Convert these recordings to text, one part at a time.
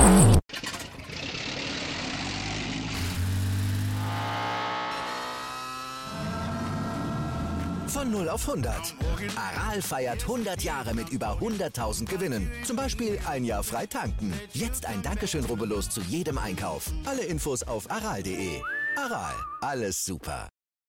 Von 0 auf 100. Aral feiert 100 Jahre mit über 100.000 Gewinnen. Zum Beispiel ein Jahr frei tanken. Jetzt ein Dankeschön, rubbellos zu jedem Einkauf. Alle Infos auf aral.de. Aral, alles super.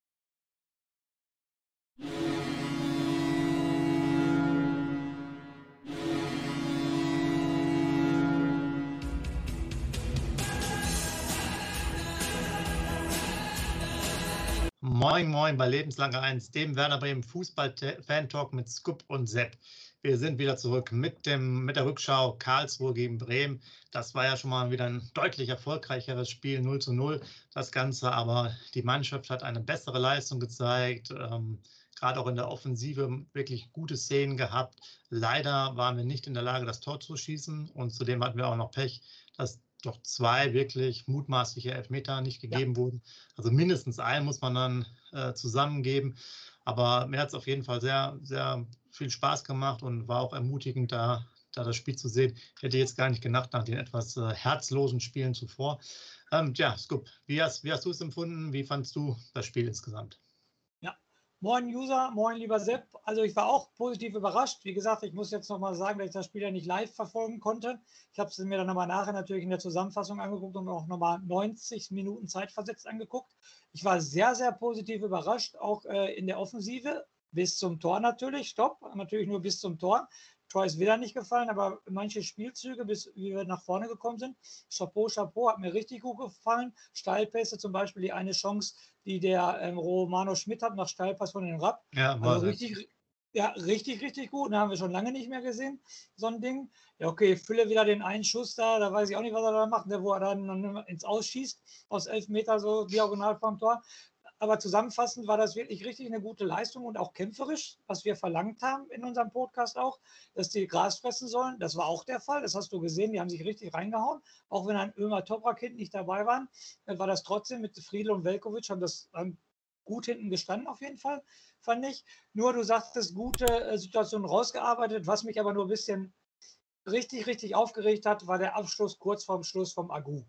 Moin, moin bei Lebenslange 1, dem Werder Bremen Fußball-Fan-Talk mit Scoop und Sepp. Wir sind wieder zurück mit der Rückschau Karlsruhe gegen Bremen. Das war ja schon mal wieder ein deutlich erfolgreicheres Spiel, 0:0 das Ganze. Aber die Mannschaft hat eine bessere Leistung gezeigt, gerade auch in der Offensive wirklich gute Szenen gehabt. Leider waren wir nicht in der Lage, das Tor zu schießen. Und zudem hatten wir auch noch Pech, dass doch 2 wirklich mutmaßliche Elfmeter nicht gegeben wurden. Also mindestens einen muss man dann zusammengeben. Aber mir hat es auf jeden Fall sehr, sehr viel Spaß gemacht und war auch ermutigend, da das Spiel zu sehen. Ich hätte jetzt gar nicht gedacht, nach den etwas herzlosen Spielen zuvor. Scoop, wie hast du es empfunden? Wie fandst du das Spiel insgesamt? Ja, moin User, moin lieber Sepp. Also ich war auch positiv überrascht. Wie gesagt, ich muss jetzt nochmal sagen, dass ich das Spiel ja nicht live verfolgen konnte. Ich habe es mir dann nochmal nachher natürlich in der Zusammenfassung angeguckt und auch nochmal 90 Minuten zeitversetzt angeguckt. Ich war sehr, sehr positiv überrascht, auch in der Offensive, bis zum Tor natürlich. Natürlich nur bis zum Tor. Tor ist wieder nicht gefallen, aber manche Spielzüge, bis wie wir nach vorne gekommen sind, Chapeau, hat mir richtig gut gefallen. Steilpässe zum Beispiel, die eine Chance, die der Romano Schmidt hat, nach Steilpass von den Rapp. Ja, also richtig gut. Da haben wir schon lange nicht mehr gesehen, so ein Ding. Ja, okay, Fülle wieder den einen Schuss da weiß ich auch nicht, was er da macht, wo er dann ins Ausschießt, aus 11 Meter so diagonal vom Tor. Aber zusammenfassend war das wirklich richtig eine gute Leistung und auch kämpferisch, was wir verlangt haben in unserem Podcast auch, dass die Gras fressen sollen. Das war auch der Fall. Das hast du gesehen. Die haben sich richtig reingehauen. Auch wenn ein Ömer Toprak hinten nicht dabei waren, war das trotzdem mit Friedl und Velkovic, haben gut hinten gestanden auf jeden Fall, fand ich. Nur du sagtest, gute Situationen rausgearbeitet. Was mich aber nur ein bisschen richtig aufgeregt hat, war der Abschluss kurz vorm Schluss vom Agu.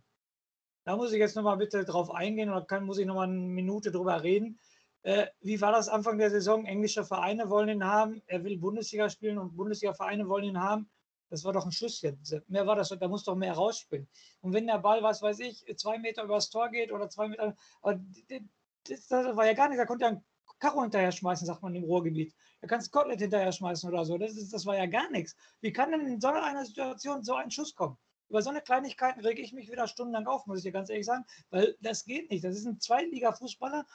Da muss ich jetzt nochmal bitte drauf eingehen oder muss ich nochmal eine Minute drüber reden. Wie war das Anfang der Saison? Englische Vereine wollen ihn haben. Er will Bundesliga spielen und Bundesliga-Vereine wollen ihn haben. Das war doch ein Schüsschen. Mehr war das, da muss doch mehr rausspielen. Und wenn der Ball, was weiß ich, 2 Meter übers Tor geht oder 2 Meter, aber das war ja gar nichts. Da konnte er einen Karo hinterher schmeißen, sagt man im Ruhrgebiet. Da kannst du Kotelett hinterher schmeißen oder so. Das war ja gar nichts. Wie kann denn in so einer Situation so ein Schuss kommen? Über so eine Kleinigkeiten rege ich mich wieder stundenlang auf, muss ich dir ganz ehrlich sagen, weil das geht nicht. Das ist ein Zweitliga-Fußballer,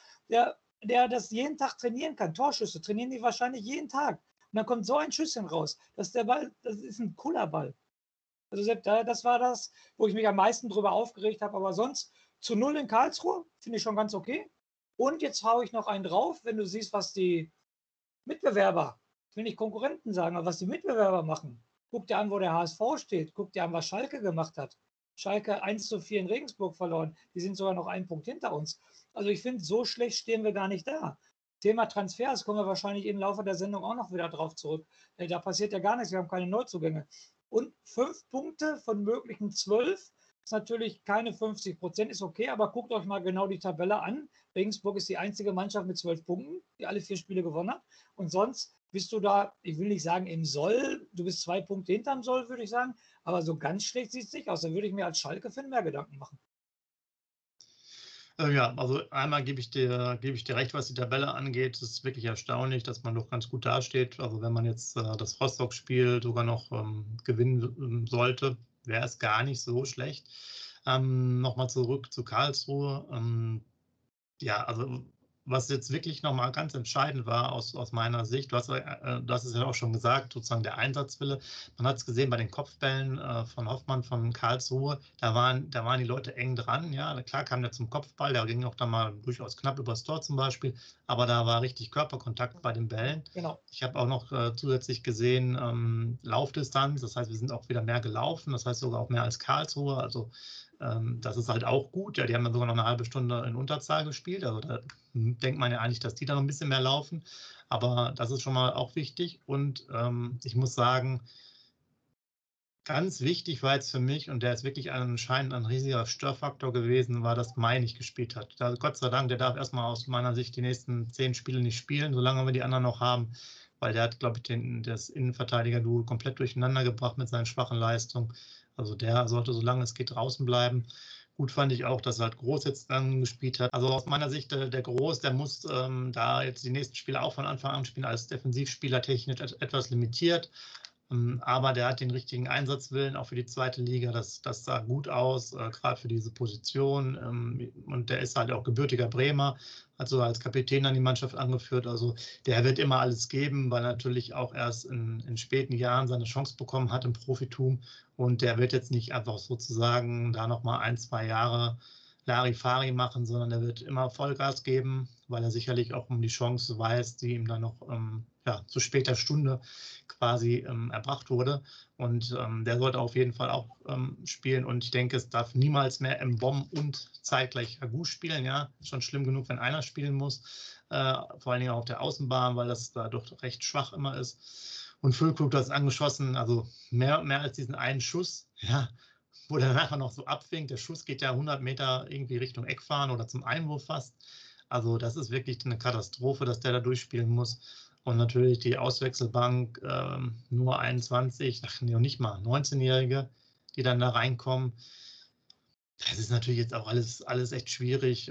der das jeden Tag trainieren kann. Torschüsse trainieren die wahrscheinlich jeden Tag. Und dann kommt so ein Schüsschen raus. Der Ball, das ist ein cooler Ball. Also Sepp, das war das, wo ich mich am meisten drüber aufgeregt habe. Aber sonst 0 in Karlsruhe, finde ich schon ganz okay. Und jetzt haue ich noch einen drauf, wenn du siehst, was die Mitbewerber, ich will nicht Konkurrenten sagen, aber was die Mitbewerber machen. Guck dir an, wo der HSV steht. Guck dir an, was Schalke gemacht hat. Schalke 1:4 in Regensburg verloren. Die sind sogar noch einen Punkt hinter uns. Also ich finde, so schlecht stehen wir gar nicht da. Thema Transfers kommen wir wahrscheinlich im Laufe der Sendung auch noch wieder drauf zurück. Da passiert ja gar nichts. Wir haben keine Neuzugänge. Und 5 Punkte von möglichen 12 ist natürlich keine 50%, ist okay, aber guckt euch mal genau die Tabelle an. Regensburg ist die einzige Mannschaft mit 12 Punkten, die alle 4 Spiele gewonnen hat. Und sonst bist du da, ich will nicht sagen im Soll, du bist 2 Punkte hinterm Soll, würde ich sagen, aber so ganz schlecht sieht es nicht aus. Da würde ich mir als Schalke-Fan mehr Gedanken machen. Ja, also einmal gebe ich dir recht, was die Tabelle angeht. Es ist wirklich erstaunlich, dass man doch ganz gut dasteht. Also wenn man jetzt das Rostock-Spiel sogar noch gewinnen sollte, wäre es gar nicht so schlecht. Nochmal zurück zu Karlsruhe. Also was jetzt wirklich nochmal ganz entscheidend war aus meiner Sicht, du hast es ja auch schon gesagt, sozusagen der Einsatzwille. Man hat es gesehen bei den Kopfbällen von Hoffmann von Karlsruhe, da waren die Leute eng dran. Ja, klar kam der zum Kopfball, der ging auch dann mal durchaus knapp übers Tor zum Beispiel, aber da war richtig Körperkontakt bei den Bällen. Genau. Ich habe auch noch zusätzlich gesehen Laufdistanz, das heißt, wir sind auch wieder mehr gelaufen, das heißt sogar auch mehr als Karlsruhe, also das ist halt auch gut. Ja, die haben dann sogar noch eine halbe Stunde in Unterzahl gespielt. Also da denkt man ja eigentlich, dass die da noch ein bisschen mehr laufen. Aber das ist schon mal auch wichtig. Und ich muss sagen, Ganz wichtig war jetzt für mich, und der ist wirklich anscheinend ein riesiger Störfaktor gewesen, war, dass Mai nicht gespielt hat. Gott sei Dank, der darf erstmal aus meiner Sicht die nächsten 10 Spiele nicht spielen, solange wir die anderen noch haben, weil der hat, glaube ich, das Innenverteidiger-Duo komplett durcheinander gebracht mit seinen schwachen Leistungen. Also der sollte, solange es geht, draußen bleiben. Gut fand ich auch, dass halt Groß jetzt dann gespielt hat. Also aus meiner Sicht, der Groß, der muss da jetzt die nächsten Spiele auch von Anfang an spielen, als Defensivspieler technisch etwas limitiert. Aber der hat den richtigen Einsatzwillen, auch für die zweite Liga. Das sah gut aus, gerade für diese Position. Und der ist halt auch gebürtiger Bremer, hat so als Kapitän dann die Mannschaft angeführt. Also der wird immer alles geben, weil er natürlich auch erst in späten Jahren seine Chance bekommen hat im Profitum. Und der wird jetzt nicht einfach sozusagen da nochmal 1, 2 Jahre Larifari machen, sondern er wird immer Vollgas geben, weil er sicherlich auch um die Chance weiß, die ihm dann noch zu später Stunde quasi erbracht wurde. Und der sollte auf jeden Fall auch spielen. Und ich denke, es darf niemals mehr Mbom und zeitgleich Hagu spielen. Ja, ist schon schlimm genug, wenn einer spielen muss. Vor allen Dingen auch auf der Außenbahn, weil das da doch recht schwach immer ist. Und Füllkrug, das ist angeschossen, also mehr als diesen einen Schuss, ja, wo der nachher noch so abwinkt. Der Schuss geht ja 100 Meter irgendwie Richtung Eckfahren oder zum Einwurf fast. Also das ist wirklich eine Katastrophe, dass der da durchspielen muss. Und natürlich die Auswechselbank, nur 21, ach nee, nicht mal 19-Jährige, die dann da reinkommen. Das ist natürlich jetzt auch alles echt schwierig.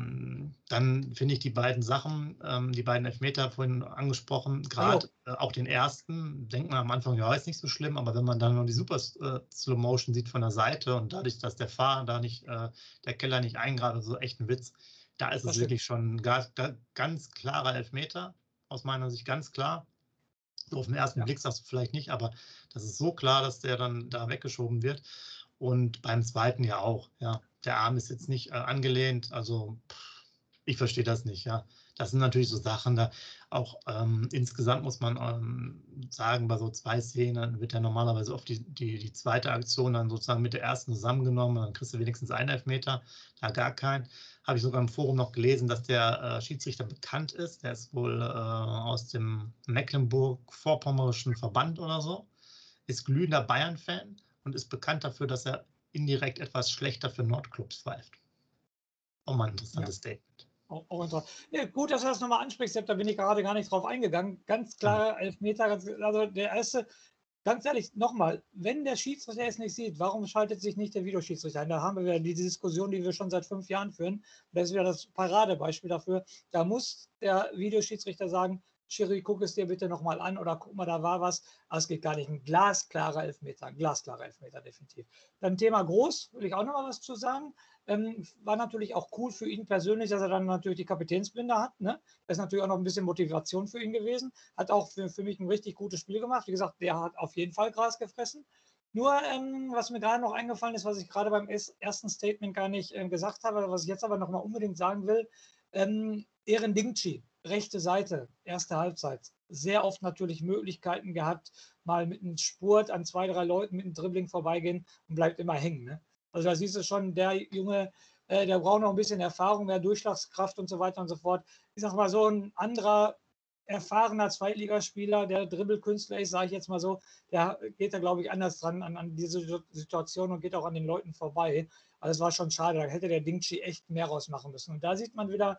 Dann finde ich die beiden Sachen, die beiden Elfmeter vorhin angesprochen, gerade auch den ersten, denkt man am Anfang, ja, ist nicht so schlimm, aber wenn man dann noch die super Slow Motion sieht von der Seite und dadurch, dass der Fahrer da nicht, der Keller nicht eingreift, so echt ein Witz, da ist es wirklich schon ganz klarer Elfmeter, aus meiner Sicht ganz klar. So auf den ersten Blick sagst du vielleicht nicht, aber das ist so klar, dass der dann da weggeschoben wird. Und beim zweiten ja auch. Ja. Der Arm ist jetzt nicht angelehnt. Also ich verstehe das nicht. Ja. Das sind natürlich so Sachen, da auch insgesamt muss man sagen, bei so 2 Szenen wird ja normalerweise oft die zweite Aktion dann sozusagen mit der ersten zusammengenommen. Dann kriegst du wenigstens einen Elfmeter, da gar keinen. Habe ich sogar im Forum noch gelesen, dass der Schiedsrichter bekannt ist. Der ist wohl aus dem Mecklenburg-Vorpommerischen Verband oder so. Ist glühender Bayern-Fan und ist bekannt dafür, dass er indirekt etwas schlechter für Nordclubs pfeift. Auch mal ein interessantes Statement. Auch interessant. Ja, gut, dass du das nochmal ansprichst, da bin ich gerade gar nicht drauf eingegangen. Ganz klar, Elfmeter, also der erste, ganz ehrlich, nochmal, wenn der Schiedsrichter es nicht sieht, warum schaltet sich nicht der Videoschiedsrichter ein? Da haben wir wieder diese Diskussion, die wir schon seit 5 Jahren führen. Das ist wieder das Paradebeispiel dafür. Da muss der Videoschiedsrichter sagen, Schiri, guck es dir bitte nochmal an oder guck mal, da war was. Aber es geht gar nicht. Ein glasklarer Elfmeter, definitiv. Dann Thema Groß, will ich auch nochmal was zu sagen. War natürlich auch cool für ihn persönlich, dass er dann natürlich die Kapitänsbinde hat. Ne? Das ist natürlich auch noch ein bisschen Motivation für ihn gewesen. Hat auch für mich ein richtig gutes Spiel gemacht. Wie gesagt, der hat auf jeden Fall Gras gefressen. Nur, was mir gerade noch eingefallen ist, was ich gerade beim ersten Statement gar nicht gesagt habe, was ich jetzt aber nochmal unbedingt sagen will, Eren Dingchi, rechte Seite, erste Halbzeit, sehr oft natürlich Möglichkeiten gehabt, mal mit einem Spurt an 2, 3 Leuten mit einem Dribbling vorbeigehen und bleibt immer hängen. Ne? Also da siehst du schon, der Junge, der braucht noch ein bisschen Erfahrung, mehr Durchschlagskraft und so weiter und so fort. Ich sag mal, so ein anderer erfahrener Zweitligaspieler, der Dribbelkünstler ist, sage ich jetzt mal so, der geht da, glaube ich, anders dran an diese Situation und geht auch an den Leuten vorbei. Also es war schon schade, da hätte der Dingchi echt mehr rausmachen müssen. Und da sieht man wieder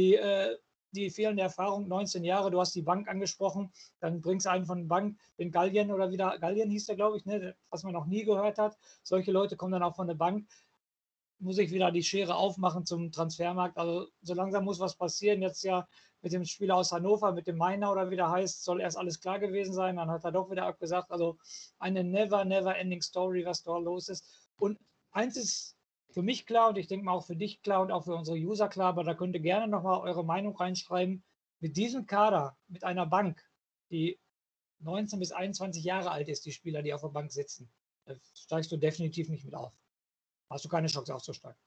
die fehlende Erfahrung, 19 Jahre, du hast die Bank angesprochen, dann bringst du einen von der Bank, den Gallien oder wieder, Gallien hieß der, glaube ich, ne, was man noch nie gehört hat. Solche Leute kommen dann auch von der Bank. Muss ich wieder die Schere aufmachen zum Transfermarkt. Also so langsam muss was passieren. Jetzt ja mit dem Spieler aus Hannover, mit dem Meiner oder wie der heißt, soll erst alles klar gewesen sein. Dann hat er doch wieder abgesagt. Also eine never ending Story, was da los ist. Und eins ist für mich klar und ich denke mal auch für dich klar und auch für unsere User klar, aber da könnt ihr gerne nochmal eure Meinung reinschreiben. Mit diesem Kader, mit einer Bank, die 19 bis 21 Jahre alt ist, die Spieler, die auf der Bank sitzen, da steigst du definitiv nicht mit auf. Hast du keine Chance aufzusteigen.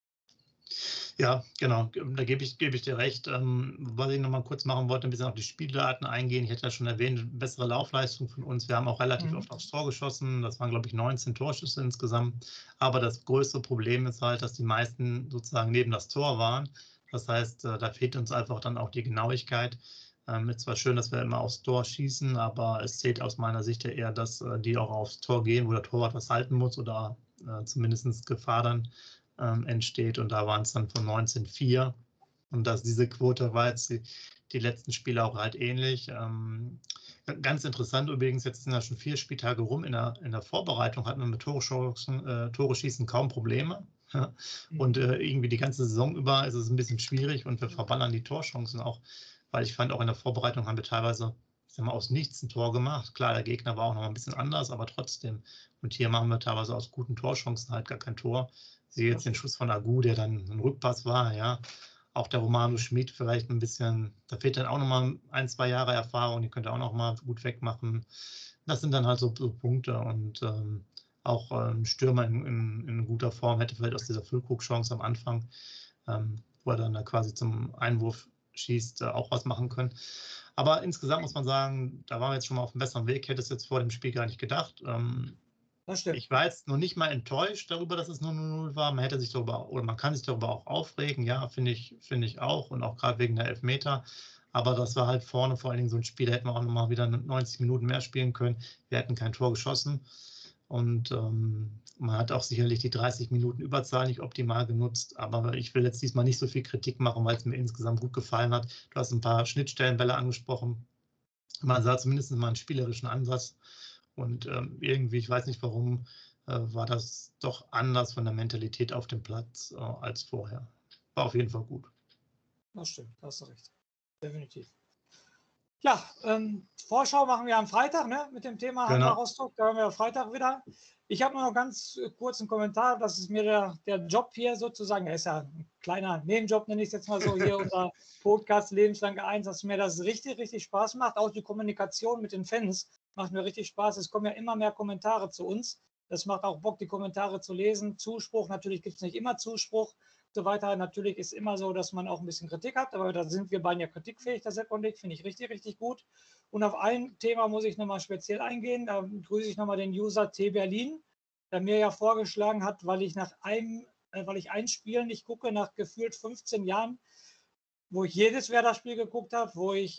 Ja, genau, da gebe ich dir recht. Was ich nochmal kurz machen wollte, ein bisschen auf die Spieldaten eingehen. Ich hätte ja schon erwähnt, bessere Laufleistung von uns. Wir haben auch relativ oft aufs Tor geschossen. Das waren, glaube ich, 19 Torschüsse insgesamt. Aber das größte Problem ist halt, dass die meisten sozusagen neben das Tor waren. Das heißt, da fehlt uns einfach dann auch die Genauigkeit. Ist zwar schön, dass wir immer aufs Tor schießen, aber es zählt aus meiner Sicht ja eher, dass die auch aufs Tor gehen, wo der Torwart was halten muss oder zumindest Gefahr dann entsteht. Und da waren es dann von 19,4. Und diese Quote war jetzt die letzten Spiele auch halt ähnlich. Ganz interessant übrigens, jetzt sind ja schon 4 Spieltage rum. In der Vorbereitung hatten wir mit Tore schießen kaum Probleme. Und irgendwie die ganze Saison über ist es ein bisschen schwierig und wir verballern die Torchancen auch, weil ich fand, auch in der Vorbereitung haben wir teilweise, ich sag mal, aus nichts ein Tor gemacht. Klar, der Gegner war auch noch ein bisschen anders, aber trotzdem. Und hier machen wir teilweise aus guten Torchancen halt gar kein Tor. Ich sehe jetzt den Schuss von Agu, der dann ein Rückpass war, ja. Auch der Romano Schmid vielleicht ein bisschen, da fehlt dann auch nochmal 1, 2 Jahre Erfahrung, die könnte auch noch mal gut wegmachen. Das sind dann halt so Punkte und auch ein Stürmer in guter Form hätte vielleicht aus dieser Füllkrug-Chance am Anfang, wo er dann quasi zum Einwurf schießt, auch was machen können. Aber insgesamt muss man sagen, da waren wir jetzt schon mal auf einem besseren Weg. Hätte es jetzt vor dem Spiel gar nicht gedacht. Das stimmt. Ich war jetzt noch nicht mal enttäuscht darüber, dass es nur 0-0 war. Man hätte sich darüber, oder man kann sich darüber auch aufregen, ja, finde ich auch. Und auch gerade wegen der Elfmeter. Aber das war halt vorne vor allen Dingen so ein Spiel, da hätten wir auch nochmal wieder 90 Minuten mehr spielen können. Wir hätten kein Tor geschossen. Und man hat auch sicherlich die 30 Minuten Überzahl nicht optimal genutzt. Aber ich will jetzt diesmal nicht so viel Kritik machen, weil es mir insgesamt gut gefallen hat. Du hast ein paar Schnittstellenbälle angesprochen. Man sah zumindest mal einen spielerischen Ansatz. Und irgendwie, ich weiß nicht warum, war das doch anders von der Mentalität auf dem Platz als vorher. War auf jeden Fall gut. Das stimmt, da hast du recht. Definitiv. Ja, Vorschau machen wir am Freitag, ne, mit dem Thema Hansa Rostock. Da haben wir Freitag wieder. Ich habe noch ganz kurz einen Kommentar. Das ist mir der Job hier sozusagen. Er ist ja ein kleiner Nebenjob, nenne ich es jetzt mal so, hier unser Podcast Lebenslange 1, dass mir das richtig, richtig Spaß macht. Auch die Kommunikation mit den Fans macht mir richtig Spaß. Es kommen ja immer mehr Kommentare zu uns. Das macht auch Bock, die Kommentare zu lesen. Zuspruch, natürlich gibt es nicht immer Zuspruch. So weiter. Natürlich ist immer so, dass man auch ein bisschen Kritik hat, aber da sind wir beiden ja kritikfähig, der Sepp und ich, finde ich richtig, richtig gut. Und auf ein Thema muss ich nochmal speziell eingehen. Da grüße ich nochmal den User T Berlin, der mir ja vorgeschlagen hat, weil ich ein Spiel nicht gucke, nach gefühlt 15 Jahren, wo ich jedes Werder-Spiel geguckt habe, wo ich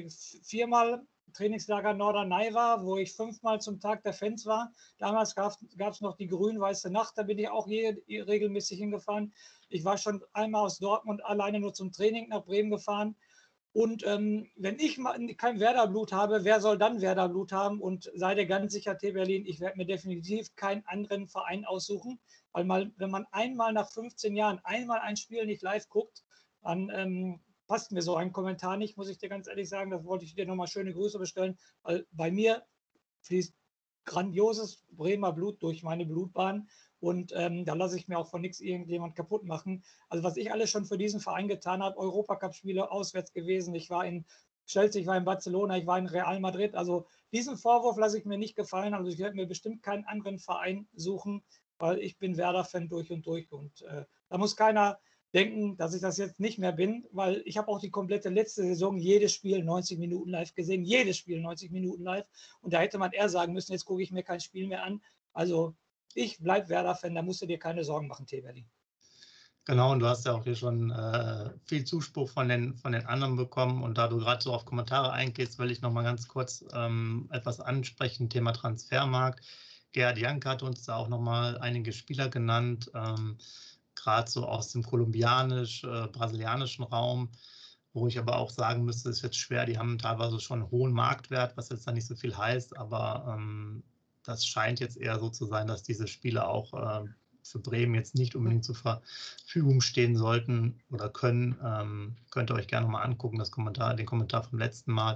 4-mal Trainingslager Norderney war, wo ich 5-mal zum Tag der Fans war. Damals gab es noch die grün-weiße Nacht, da bin ich auch regelmäßig hingefahren. Ich war schon einmal aus Dortmund alleine nur zum Training nach Bremen gefahren. Und wenn ich mal kein Werder-Blut habe, wer soll dann Werder-Blut haben? Und sei dir ganz sicher, T Berlin, ich werde mir definitiv keinen anderen Verein aussuchen, weil wenn man einmal nach 15 Jahren einmal ein Spiel nicht live guckt, dann passt mir so ein Kommentar nicht, muss ich dir ganz ehrlich sagen. Das wollte ich dir nochmal schöne Grüße bestellen, weil bei mir fließt grandioses Bremer Blut durch meine Blutbahn und da lasse ich mir auch von nichts irgendjemand kaputt machen. Also was ich alles schon für diesen Verein getan habe, Europacup-Spiele auswärts gewesen, ich war in Chelsea, ich war in Barcelona, ich war in Real Madrid, also diesen Vorwurf lasse ich mir nicht gefallen, also ich werde mir bestimmt keinen anderen Verein suchen, weil ich bin Werder-Fan durch und durch und da muss keiner denken, dass ich das jetzt nicht mehr bin, weil ich habe auch die komplette letzte Saison jedes Spiel 90 Minuten live gesehen, jedes Spiel 90 Minuten live und da hätte man eher sagen müssen, jetzt gucke ich mir kein Spiel mehr an. Also ich bleibe Werder-Fan, da musst du dir keine Sorgen machen, T. Berlin. Genau, und du hast ja auch hier schon viel Zuspruch von den anderen bekommen und da du gerade so auf Kommentare eingehst, will ich noch mal ganz kurz etwas ansprechen, Thema Transfermarkt. Gerhard Jank hat uns da auch noch mal einige Spieler genannt, gerade so aus dem kolumbianisch-brasilianischen Raum, wo ich aber auch sagen müsste, es wird schwer, die haben teilweise schon einen hohen Marktwert, was jetzt da nicht so viel heißt, aber das scheint jetzt eher so zu sein, dass diese Spieler auch für Bremen jetzt nicht unbedingt zur Verfügung stehen sollten oder können. Könnt ihr euch gerne mal angucken, den Kommentar vom letzten Mal.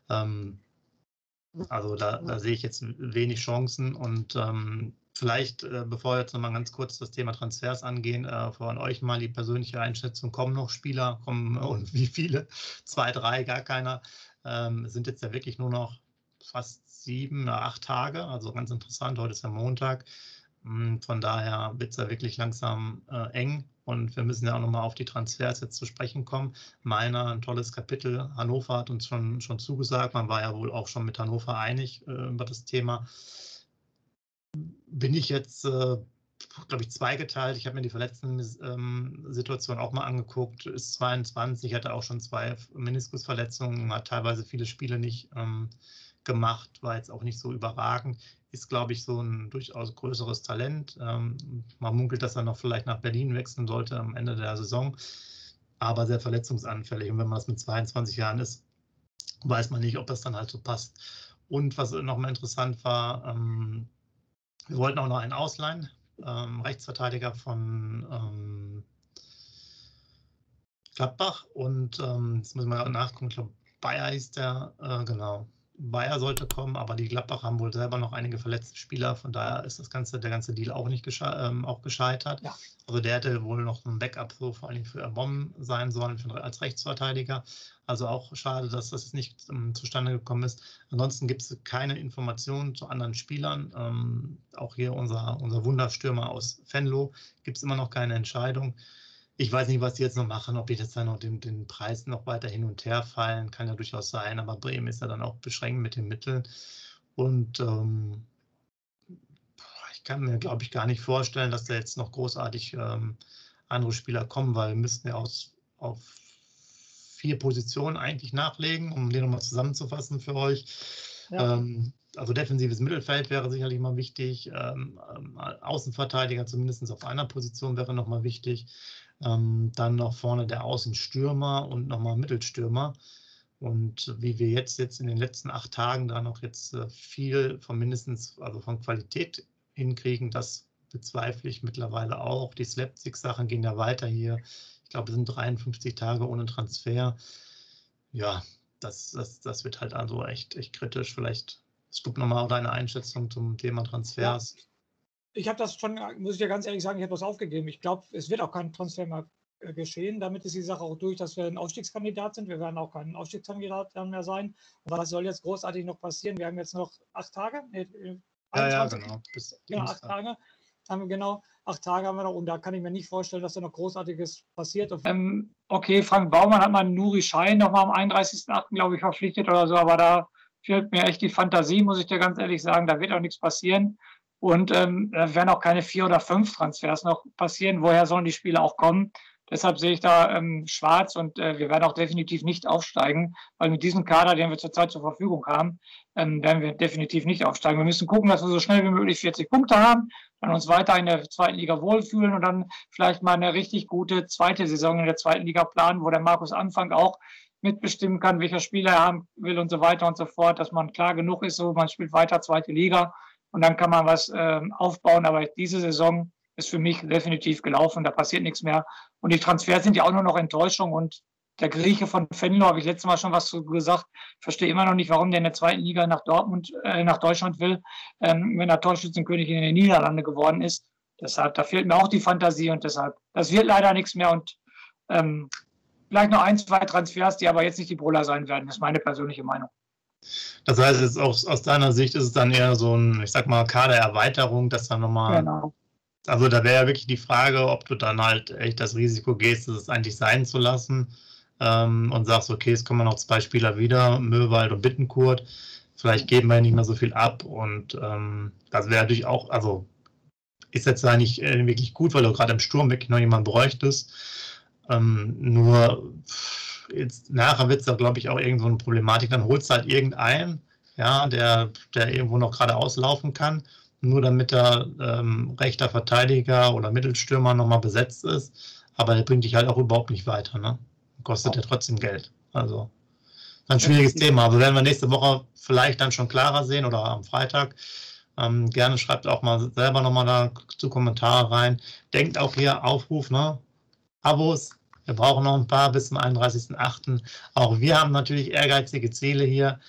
Also da sehe ich jetzt wenig Chancen und vielleicht, bevor wir jetzt noch mal ganz kurz das Thema Transfers angehen, von euch mal die persönliche Einschätzung. Kommen noch Spieler? Und wie viele? 2, 3, gar keiner. Es sind jetzt ja wirklich nur noch fast 7 oder 8 Tage. Also ganz interessant. Heute ist ja Montag. Von daher wird es ja wirklich langsam eng. Und wir müssen ja auch nochmal auf die Transfers jetzt zu sprechen kommen. Meiner, ein tolles Kapitel. Hannover hat uns schon zugesagt. Man war ja wohl auch schon mit Hannover einig über das Thema. Bin ich jetzt glaube ich, zweigeteilt. Ich habe mir die Verletzten-Situation auch mal angeguckt. Ist 22, hatte auch schon 2 Meniskusverletzungen, hat teilweise viele Spiele nicht gemacht, war jetzt auch nicht so überragend. Ist, glaube ich, so ein durchaus größeres Talent. Man munkelt, dass er noch vielleicht nach Berlin wechseln sollte am Ende der Saison, aber sehr verletzungsanfällig. Und wenn man das mit 22 Jahren ist, weiß man nicht, ob das dann halt so passt. Und was nochmal interessant war, wir wollten auch noch einen ausleihen, Rechtsverteidiger von Gladbach. Und jetzt müssen wir nachgucken, ich glaube, Bayer hieß der, genau. Bayer sollte kommen, aber die Gladbach haben wohl selber noch einige verletzte Spieler, von daher ist der ganze Deal auch nicht gescheitert. Ja. Also der hätte wohl noch ein Backup so vor allem für Erbom sein sollen, als Rechtsverteidiger. Also auch schade, dass das nicht zustande gekommen ist. Ansonsten gibt es keine Informationen zu anderen Spielern. Auch hier unser Wunderstürmer aus Venlo gibt es immer noch keine Entscheidung. Ich weiß nicht, was die jetzt noch machen, ob die jetzt dann noch den Preis noch weiter hin und her fallen, kann ja durchaus sein, aber Bremen ist ja dann auch beschränkt mit den Mitteln. Und ich kann mir, glaube ich, gar nicht vorstellen, dass da jetzt noch großartig andere Spieler kommen, weil wir müssten ja auf 4 Positionen eigentlich nachlegen, um den nochmal zusammenzufassen für euch. Ja. Also defensives Mittelfeld wäre sicherlich mal wichtig, Außenverteidiger zumindest auf einer Position wäre nochmal wichtig. Dann noch vorne der Außenstürmer und nochmal Mittelstürmer. Und wie wir jetzt in den letzten 8 Tagen da noch jetzt viel von Qualität hinkriegen, das bezweifle ich mittlerweile auch. Die Slapstick-Sachen gehen ja weiter hier. Ich glaube, es sind 53 Tage ohne Transfer. Ja, das wird halt also echt kritisch. Vielleicht Stupp nochmal deine Einschätzung zum Thema Transfers. Ja. Ich habe das schon, muss ich ja ganz ehrlich sagen, ich habe das aufgegeben. Ich glaube, es wird auch kein Transfer mehr geschehen. Damit ist die Sache auch durch, dass wir ein Aufstiegskandidat sind. Wir werden auch kein Aufstiegskandidat mehr sein. Und was soll jetzt großartig noch passieren? Wir haben jetzt noch 8 Tage. Nee, 21, genau. Genau, 8 Tage. Genau, 8 Tage haben wir noch. Und da kann ich mir nicht vorstellen, dass da noch Großartiges passiert. Okay, Frank Baumann hat mal Nuri Schein nochmal am 31.08. glaube ich verpflichtet oder so. Aber da fehlt mir echt die Fantasie, muss ich dir ganz ehrlich sagen. Da wird auch nichts passieren. Und da werden auch keine 4 oder 5 Transfers noch passieren. Woher sollen die Spieler auch kommen? Deshalb sehe ich da schwarz und wir werden auch definitiv nicht aufsteigen, weil mit diesem Kader, den wir zurzeit zur Verfügung haben, werden wir definitiv nicht aufsteigen. Wir müssen gucken, dass wir so schnell wie möglich 40 Punkte haben, dann uns weiter in der 2. Liga wohlfühlen und dann vielleicht mal eine richtig gute 2. Saison in der 2. Liga planen, wo der Markus Anfang auch mitbestimmen kann, welcher Spieler er haben will und so weiter und so fort, dass man klar genug ist, so man spielt weiter 2. Liga. Und dann kann man was aufbauen. Aber diese Saison ist für mich definitiv gelaufen. Da passiert nichts mehr. Und die Transfers sind ja auch nur noch Enttäuschung. Und der Grieche von Venlo, habe ich letztes Mal schon was gesagt, verstehe immer noch nicht, warum der in der 2. Liga nach Deutschland will, wenn er Torschützenkönig in den Niederlanden geworden ist. Deshalb, da fehlt mir auch die Fantasie und deshalb, das wird leider nichts mehr. Und vielleicht noch 1, 2 Transfers, die aber jetzt nicht die Brüller sein werden. Das ist meine persönliche Meinung. Das heißt, jetzt aus deiner Sicht ist es dann eher so ein, ich sag mal, Kadererweiterung, dass dann nochmal. Genau. Also da wäre ja wirklich die Frage, ob du dann halt echt das Risiko gehst, es eigentlich sein zu lassen und sagst, okay, es kommen noch 2 Spieler wieder, Möwald und Bittencourt. Vielleicht geben wir nicht mehr so viel ab und das wäre natürlich auch, also ist jetzt eigentlich wirklich gut, weil du gerade im Sturm wirklich noch jemanden bräuchtest. Nur jetzt nachher wird es da, glaube ich, auch irgend so eine Problematik. Dann holst du halt irgendeinen, ja, der irgendwo noch gerade auslaufen kann, nur damit der rechter Verteidiger oder Mittelstürmer nochmal besetzt ist. Aber der bringt dich halt auch überhaupt nicht weiter, ne? Kostet ja trotzdem Geld. Also ein schwieriges Thema. Aber werden wir nächste Woche vielleicht dann schon klarer sehen oder am Freitag. Gerne schreibt auch mal selber nochmal dazu Kommentare rein. Denkt auch hier Aufruf, ne? Abos. Wir brauchen noch ein paar bis zum 31.08. Auch wir haben natürlich ehrgeizige Ziele hier.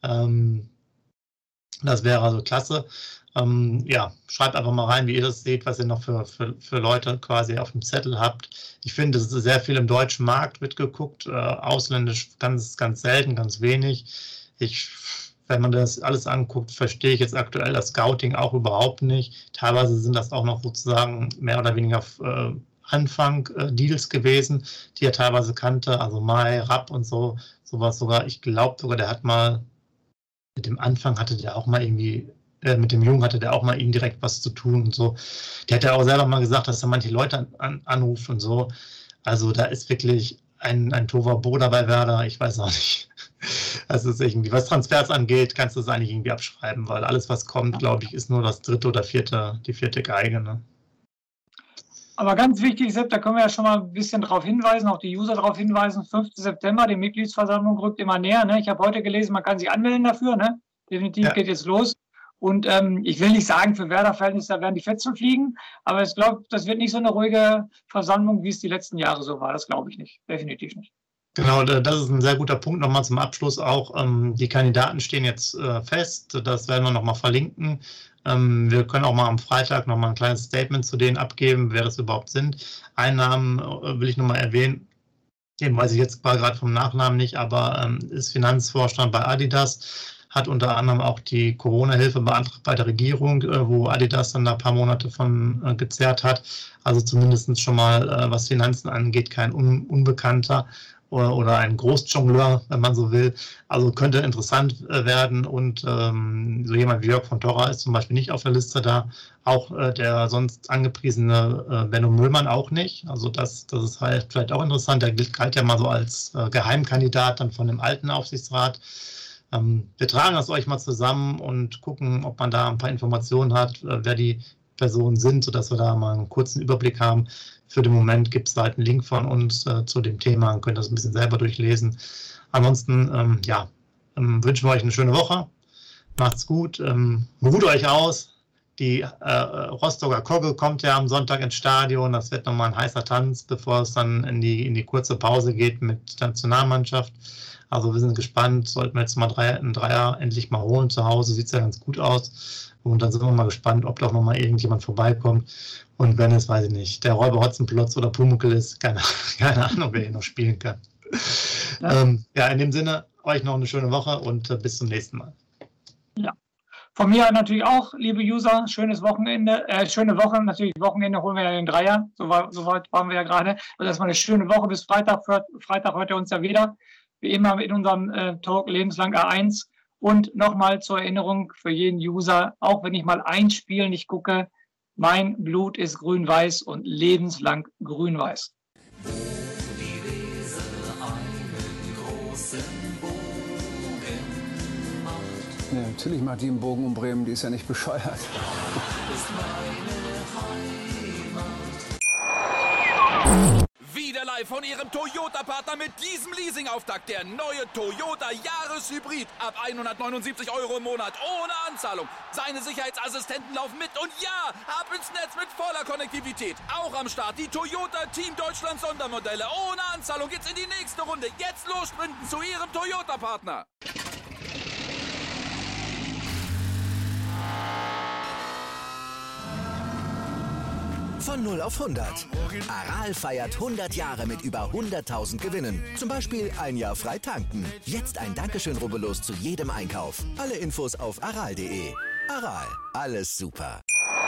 Das wäre also klasse. Ja, schreibt einfach mal rein, wie ihr das seht, was ihr noch für Leute quasi auf dem Zettel habt. Ich finde, es ist sehr viel im deutschen Markt mitgeguckt, ausländisch ganz, ganz selten, ganz wenig. Wenn man das alles anguckt, verstehe ich jetzt aktuell das Scouting auch überhaupt nicht. Teilweise sind das auch noch sozusagen mehr oder weniger Anfang Deals gewesen, die er teilweise kannte, also Mai, Rapp und sowas sogar. Ich glaube sogar, der hat mal, mit dem Anfang hatte der auch mal irgendwie mit dem Jungen hatte der auch mal indirekt was zu tun und so. Der hat ja auch selber mal gesagt, dass er manche Leute anruft und so. Also da ist wirklich ein Tohuwabohu bei Werder, ich weiß auch nicht. Also ist irgendwie, was Transfers angeht, kannst du es eigentlich irgendwie abschreiben, weil alles, was kommt, glaube ich, ist nur das dritte oder die vierte Geige. Ne? Aber ganz wichtig, Sepp, da können wir ja schon mal ein bisschen darauf hinweisen, auch die User darauf hinweisen, 5. September, die Mitgliedsversammlung rückt immer näher. Ne? Ich habe heute gelesen, man kann sich anmelden dafür. Ne? Definitiv geht jetzt los. Und ich will nicht sagen, für Werder-Verhältnisse, da werden die Fetzen fliegen, aber ich glaube, das wird nicht so eine ruhige Versammlung, wie es die letzten Jahre so war. Das glaube ich nicht. Definitiv nicht. Genau, das ist ein sehr guter Punkt. Nochmal zum Abschluss auch. Die Kandidaten stehen jetzt fest. Das werden wir nochmal verlinken. Wir können auch mal am Freitag nochmal ein kleines Statement zu denen abgeben, wer das überhaupt sind. Einen Namen will ich nochmal erwähnen. Den weiß ich jetzt gerade vom Nachnamen nicht, aber ist Finanzvorstand bei Adidas. Hat unter anderem auch die Corona-Hilfe beantragt bei der Regierung, wo Adidas dann ein paar Monate von gezerrt hat. Also zumindest schon mal, was Finanzen angeht, kein Unbekannter oder ein Großjongleur, wenn man so will. Also könnte interessant werden und so jemand wie Jörg von Torra ist zum Beispiel nicht auf der Liste da. Auch der sonst angepriesene Benno Müllmann auch nicht. Also das ist halt vielleicht auch interessant. Der galt ja mal so als Geheimkandidat dann von dem alten Aufsichtsrat. Wir tragen das euch mal zusammen und gucken, ob man da ein paar Informationen hat, wer die Personen sind, sodass wir da mal einen kurzen Überblick haben. Für den Moment gibt es halt einen Link von uns zu dem Thema und könnt das ein bisschen selber durchlesen. Ansonsten, wünschen wir euch eine schöne Woche. Macht's gut. Ruht euch aus. Die Rostocker Kogge kommt ja am Sonntag ins Stadion. Das wird nochmal ein heißer Tanz, bevor es dann in die kurze Pause geht mit der Nationalmannschaft. Also wir sind gespannt, sollten wir jetzt mal einen Dreier endlich mal holen zu Hause, sieht es ja ganz gut aus. Und dann sind wir mal gespannt, ob doch nochmal irgendjemand vorbeikommt. Und wenn es, weiß ich nicht, der Räuber Hotzenplotz oder Pumuckl ist, keine Ahnung, wer hier noch spielen kann. Ja, in dem Sinne, euch noch eine schöne Woche und bis zum nächsten Mal. Ja, von mir natürlich auch, liebe User, schönes Wochenende, schöne Woche, natürlich Wochenende holen wir ja den Dreier, so weit waren wir ja gerade. Also erstmal eine schöne Woche bis Freitag hört ihr uns ja wieder. Wie immer in unserem Talk Lebenslang A1. Und nochmal zur Erinnerung für jeden User, auch wenn ich mal ein Spiel nicht gucke, mein Blut ist grün-weiß und lebenslang grün-weiß. Ja, natürlich macht die einen Bogen um Bremen, die ist ja nicht bescheuert. Wieder live von Ihrem Toyota-Partner mit diesem Leasing-Auftakt. Der neue Toyota Jahreshybrid. Ab 179 € im Monat. Ohne Anzahlung. Seine Sicherheitsassistenten laufen mit. Und ja, ab ins Netz mit voller Konnektivität. Auch am Start die Toyota Team Deutschland Sondermodelle. Ohne Anzahlung geht's in die nächste Runde. Jetzt los sprinten zu Ihrem Toyota-Partner. Von 0 auf 100. Aral feiert 100 Jahre mit über 100.000 Gewinnen. Zum Beispiel ein Jahr frei tanken. Jetzt ein Dankeschön, rubbellos zu jedem Einkauf. Alle Infos auf aral.de. Aral, alles super.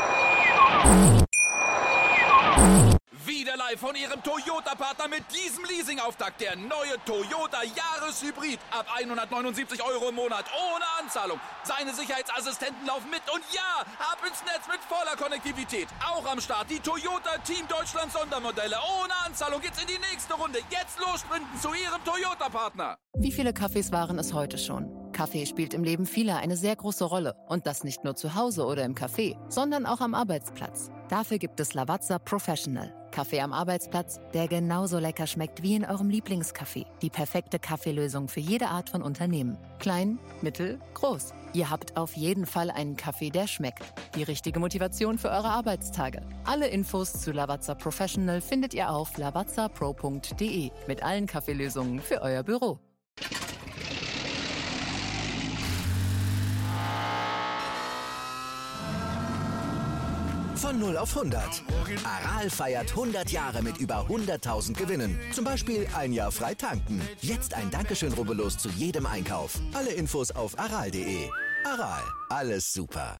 Wieder live von Ihrem Toyota-Partner mit diesem Leasing-Auftakt. Der neue Toyota Jahreshybrid. Ab 179 € im Monat. Ohne Anzahlung. Seine Sicherheitsassistenten laufen mit. Und ja, ab ins Netz mit voller Konnektivität. Auch am Start die Toyota Team Deutschland Sondermodelle. Ohne Anzahlung geht's in die nächste Runde. Jetzt los sprinten zu Ihrem Toyota-Partner. Wie viele Kaffees waren es heute schon? Kaffee spielt im Leben vieler eine sehr große Rolle. Und das nicht nur zu Hause oder im Café, sondern auch am Arbeitsplatz. Dafür gibt es Lavazza Professional. Kaffee am Arbeitsplatz, der genauso lecker schmeckt wie in eurem Lieblingscafé. Die perfekte Kaffeelösung für jede Art von Unternehmen. Klein, mittel, groß. Ihr habt auf jeden Fall einen Kaffee, der schmeckt. Die richtige Motivation für eure Arbeitstage. Alle Infos zu Lavazza Professional findet ihr auf lavazzapro.de mit allen Kaffeelösungen für euer Büro. Von 0 auf 100. Aral feiert 100 Jahre mit über 100.000 Gewinnen. Zum Beispiel ein Jahr frei tanken. Jetzt ein Dankeschön, rubbellos zu jedem Einkauf. Alle Infos auf aral.de. Aral, alles super.